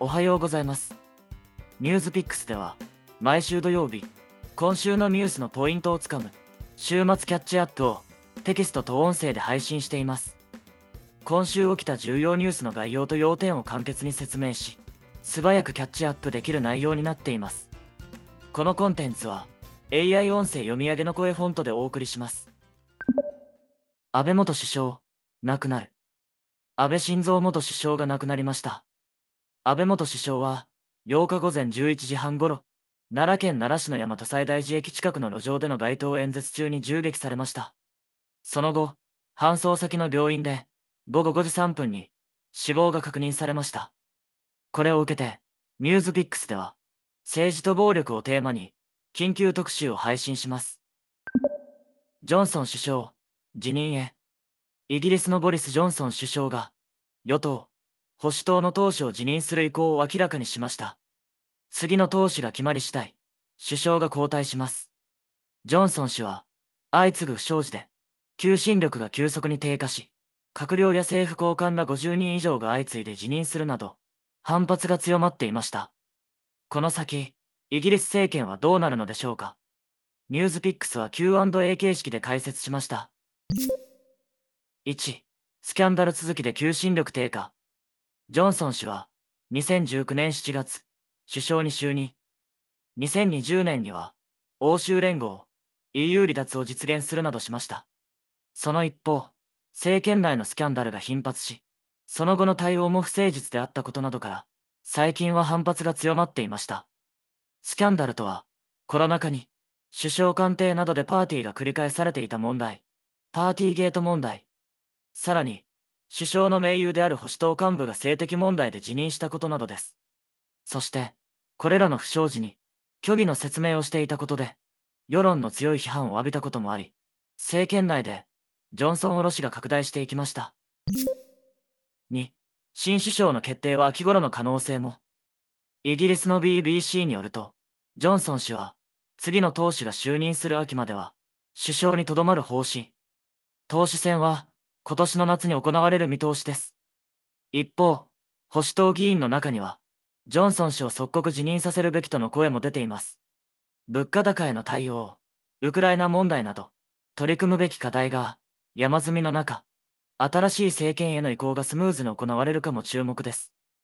おはようございます。ニュースピックスでは、毎週土曜日、今週のニュースのポイントをつかむ、週末キャッチアップをテキストと音声で配信しています。今週起きた重要ニュースの概要と要点を簡潔に説明し、素早くキャッチアップできる内容になっています。このコンテンツは、AI 音声読み上げの声フォントでお送りします。安倍元首相、亡くなる。安倍晋三元首相が亡くなりました。安倍元首相は、8日午前11時半ごろ、奈良県奈良市の大和西大寺駅近くの路上での街頭演説中に銃撃されました。その後、搬送先の病院で、午後5時3分に死亡が確認されました。これを受けて、ニュースピックスでは、政治と暴力をテーマに、緊急特集を配信します。ジョンソン首相、辞任へ。イギリスのボリス・ジョンソン首相が、与党、保守党の党首を辞任する意向を明らかにしました。次の党首が決まり次第、首相が交代します。ジョンソン氏は、相次ぐ不祥事で、求心力が急速に低下し、閣僚や政府高官ら50人以上が相次いで辞任するなど、反発が強まっていました。この先、イギリス政権はどうなるのでしょうか。ニュースピックスは Q&A 形式で解説しました。1、スキャンダル続きで求心力低下。ジョンソン氏は、2019年7月、首相に就任。2020年には、欧州連合、EU 離脱を実現するなどしました。その一方、政権内のスキャンダルが頻発し、その後の対応も不誠実であったことなどから、最近は反発が強まっていました。スキャンダルとは、コロナ禍に、首相官邸などでパーティーが繰り返されていた問題、パーティーゲート問題。さらに、首相の盟友である保守党幹部が性的問題で辞任したことなどです。そして、これらの不祥事に、虚偽の説明をしていたことで、世論の強い批判を浴びたこともあり、政権内で、ジョンソン降ろしが拡大していきました。2、新首相の決定は秋頃の可能性も。イギリスの BBC によると、ジョンソン氏は、次の党首が就任する秋までは、首相にとどまる方針。党首選は、今年の夏に行われる見通しです。一方、保守党議員の中には、ジョンソン氏を即刻辞任させるべきとの声も出ています。物価高への対応、ウクライナ問題など、取り組むべき課題が山積みの中、新しい政権への移行がスムーズに行われるかも注目です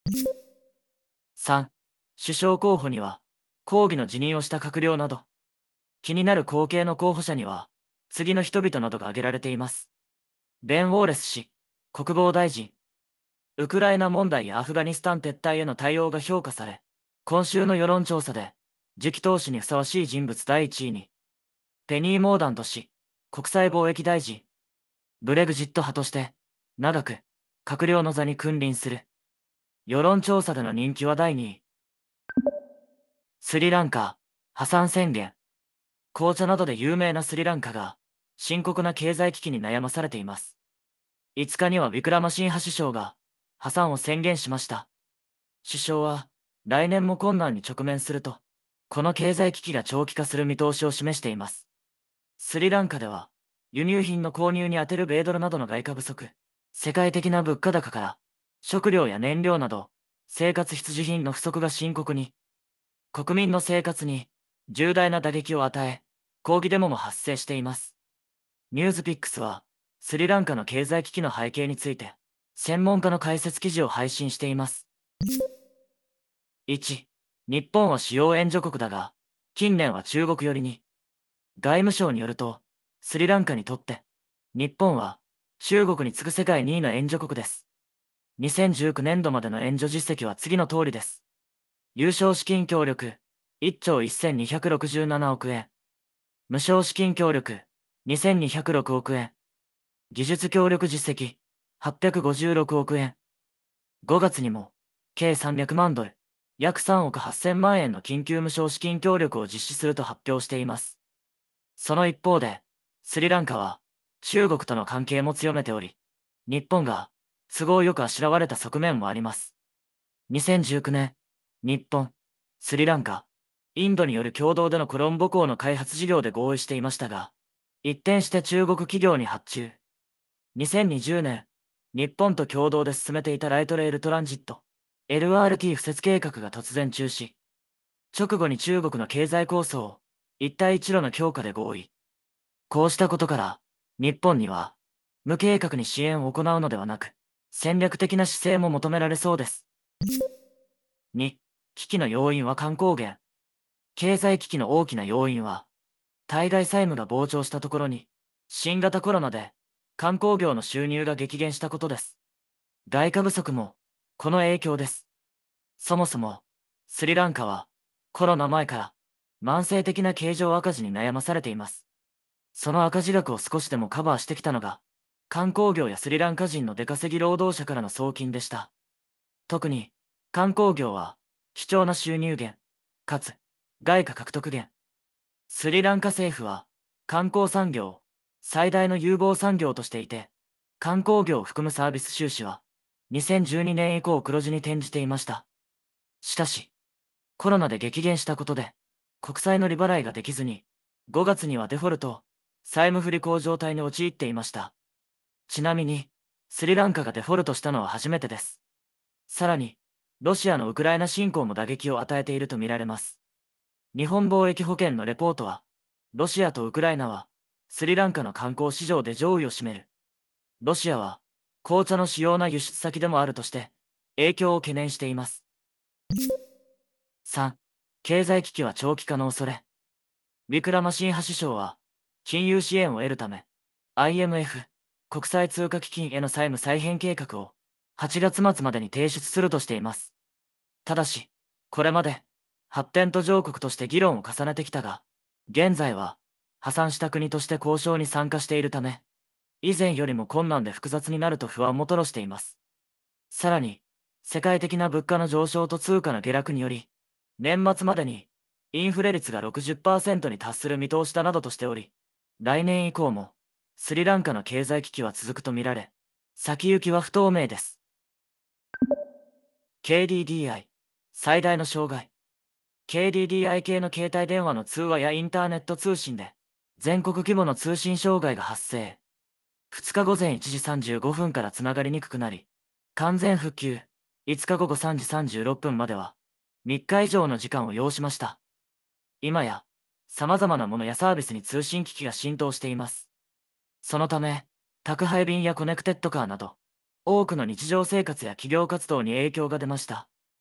。3、首相候補には、抗議の辞任をした閣僚など、気になる後継の候補者には、次の人々などが挙げられています。ベン・ウォーレス氏、国防大臣。ウクライナ問題やアフガニスタン撤退への対応が評価され、今週の世論調査で、次期党首にふさわしい人物第1位に、ペニー・モーダント氏、国際貿易大臣。ブレグジット派として、長く、閣僚の座に君臨する。世論調査での人気は第2位。スリランカ、破産宣言。紅茶などで有名なスリランカが、深刻な経済危機に悩まされています。5日にはウィクラマシンハ首相が、破産を宣言しました。首相は、来年も困難に直面すると、この経済危機が長期化する見通しを示しています。スリランカでは、輸入品の購入に充てる米ドルなどの外貨不足、世界的な物価高から、食料や燃料など、生活必需品の不足が深刻に、国民の生活に重大な打撃を与え、抗議デモも発生しています。ニュースピックスは、スリランカの経済危機の背景について、専門家の解説記事を配信しています。1、日本は主要援助国だが、近年は中国寄りに。外務省によると、スリランカにとって、日本は中国に次ぐ世界2位の援助国です。2019年度までの援助実績は次の通りです。有償資金協力、1兆1267億円。無償資金協力、2206億円。技術協力実績、856億円。5月にも、計300万ドル、約3億8000万円の緊急無償資金協力を実施すると発表しています。その一方で、スリランカは、中国との関係も強めており、日本が、都合よくあしらわれた側面もあります。2019年、日本、スリランカ、インドによる共同でのコロンボ港の開発事業で合意していましたが、一転して中国企業に発注。2020年、日本と共同で進めていたライトレールトランジット、 LRT 敷設計画が突然中止。直後に中国の経済構想、一帯一路の強化で合意。こうしたことから、日本には、無計画に支援を行うのではなく、戦略的な姿勢も求められそうです。2、危機の要因は観光減。経済危機の大きな要因は、対外債務が膨張したところに、新型コロナで観光業の収入が激減したことです。外貨不足も、この影響です。そもそも、スリランカは、コロナ前から、慢性的な経常赤字に悩まされています。その赤字額を少しでもカバーしてきたのが、観光業やスリランカ人の出稼ぎ労働者からの送金でした。特に、観光業は、貴重な収入源、かつ、外貨獲得源。スリランカ政府は、観光産業を最大の有望産業としていて、観光業を含むサービス収支は、2012年以降黒字に転じていました。しかし、コロナで激減したことで、国債の利払いができずに、5月にはデフォルト、債務不履行状態に陥っていました。ちなみに、スリランカがデフォルトしたのは初めてです。さらに、ロシアのウクライナ侵攻も打撃を与えているとみられます。日本貿易保険のレポートは、ロシアとウクライナは、スリランカの観光市場で上位を占める。ロシアは、紅茶の主要な輸出先でもあるとして、影響を懸念しています。3、経済危機は長期化の恐れ。ウィクラマシンハ首相は、金融支援を得るため、IMF、国際通貨基金への債務再編計画を、8月末までに提出するとしています。ただし、これまで、発展途上国として議論を重ねてきたが、現在は、破産した国として交渉に参加しているため、以前よりも困難で複雑になると不安をもたらしています。さらに、世界的な物価の上昇と通貨の下落により、年末までにインフレ率が 60% に達する見通しだなどとしており、来年以降もスリランカの経済危機は続くとみられ、先行きは不透明です。KDDI、最大の障害。KDDI 系の携帯電話の通話やインターネット通信で、全国規模の通信障害が発生。2日午前1時35分からつながりにくくなり、完全復旧、5日午後3時36分までは、3日以上の時間を要しました。今や、様々なものやサービスに通信機器が浸透しています。そのため、宅配便やコネクテッドカーなど、多くの日常生活や企業活動に影響が出ました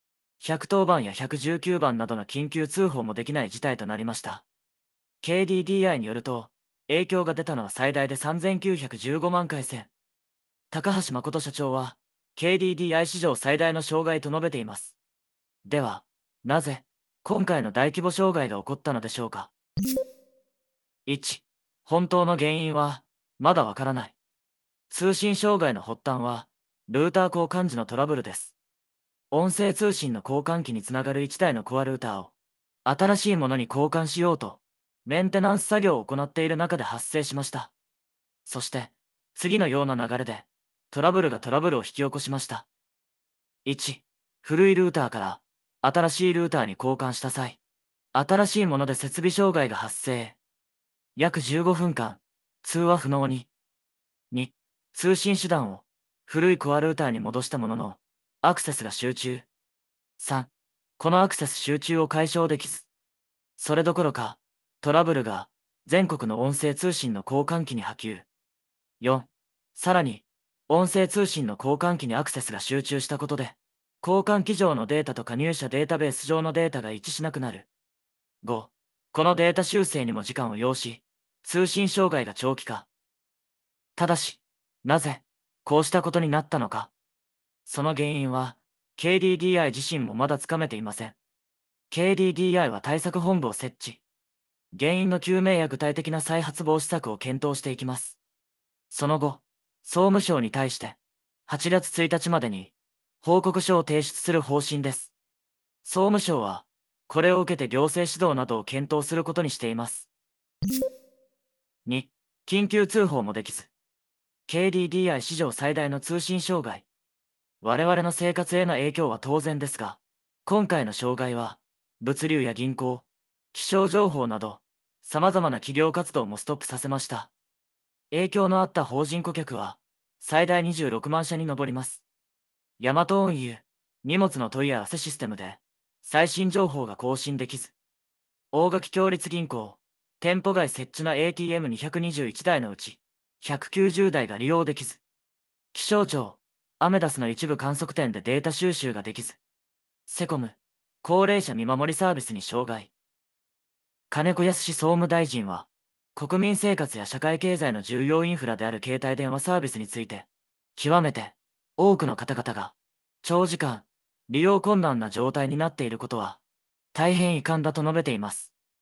。110番や119番などの緊急通報もできない事態となりました。KDDI によると、影響が出たのは最大で3915万回線。高橋誠社長は、KDDI 史上最大の障害と述べています。では、なぜ、今回の大規模障害が起こったのでしょうか。1、本当の原因は、まだわからない。通信障害の発端は、ルーター交換時のトラブルです。音声通信の交換機につながる1台のコアルーターを、新しいものに交換しようと、メンテナンス作業を行っている中で発生しました。そして、次のような流れで、トラブルを引き起こしました。1、古いルーターから新しいルーターに交換した際、新しいもので設備障害が発生。約15分間、通話不能に。2、通信手段を古いコアルーターに戻したものの、アクセスが集中。3、このアクセス集中を解消できず。それどころか、トラブルが全国の音声通信の交換機に波及。4、さらに、音声通信の交換機にアクセスが集中したことで、交換機上のデータと加入者データベース上のデータが一致しなくなる。5、このデータ修正にも時間を要し、通信障害が長期化。ただし、なぜ、こうしたことになったのか。その原因は、KDDI 自身もまだつかめていません。KDDI は対策本部を設置。原因の究明や具体的な再発防止策を検討していきます。その後、総務省に対して、8月1日までに、報告書を提出する方針です。総務省は、これを受けて行政指導などを検討することにしています。2、緊急通報もできず。KDDI 史上最大の通信障害。我々の生活への影響は当然ですが、今回の障害は、物流や銀行、気象情報など、様々な企業活動もストップさせました。影響のあった法人顧客は、最大26万社に上ります。ヤマト運輸、 荷物の問い合わせシステムで最新情報が更新できず、大垣共立銀行、店舗外設置の ATM221 台のうち190台が利用できず、気象庁、アメダスの一部観測点でデータ収集ができず、セコム、高齢者見守りサービスに障害。金子康総務大臣は、国民生活や社会経済の重要インフラである携帯電話サービスについて、極めて多くの方々が長時間利用困難な状態になっていることは大変遺憾だと述べています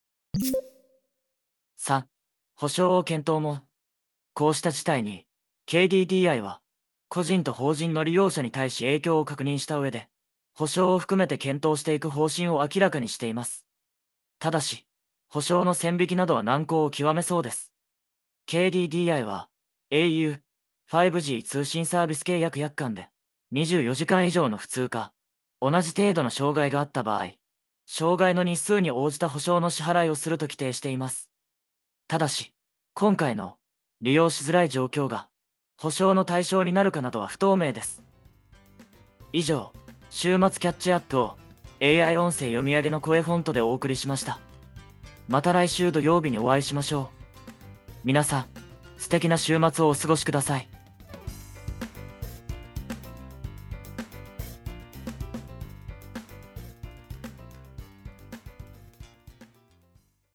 。3、保証を検討も。こうした事態に KDDI は個人と法人の利用者に対し影響を確認した上で、保証を含めて検討していく方針を明らかにしています。ただし、保証の線引きなどは難航を極めそうです。KDDI は au、5G 通信サービス契約約款で24時間以上の不通か、同じ程度の障害があった場合、障害の日数に応じた保証の支払いをすると規定しています。ただし、今回の利用しづらい状況が保証の対象になるかなどは不透明です。以上、週末キャッチアップを AI 音声読み上げの声フォントでお送りしました。また来週土曜日にお会いしましょう。皆さん、素敵な週末をお過ごしください。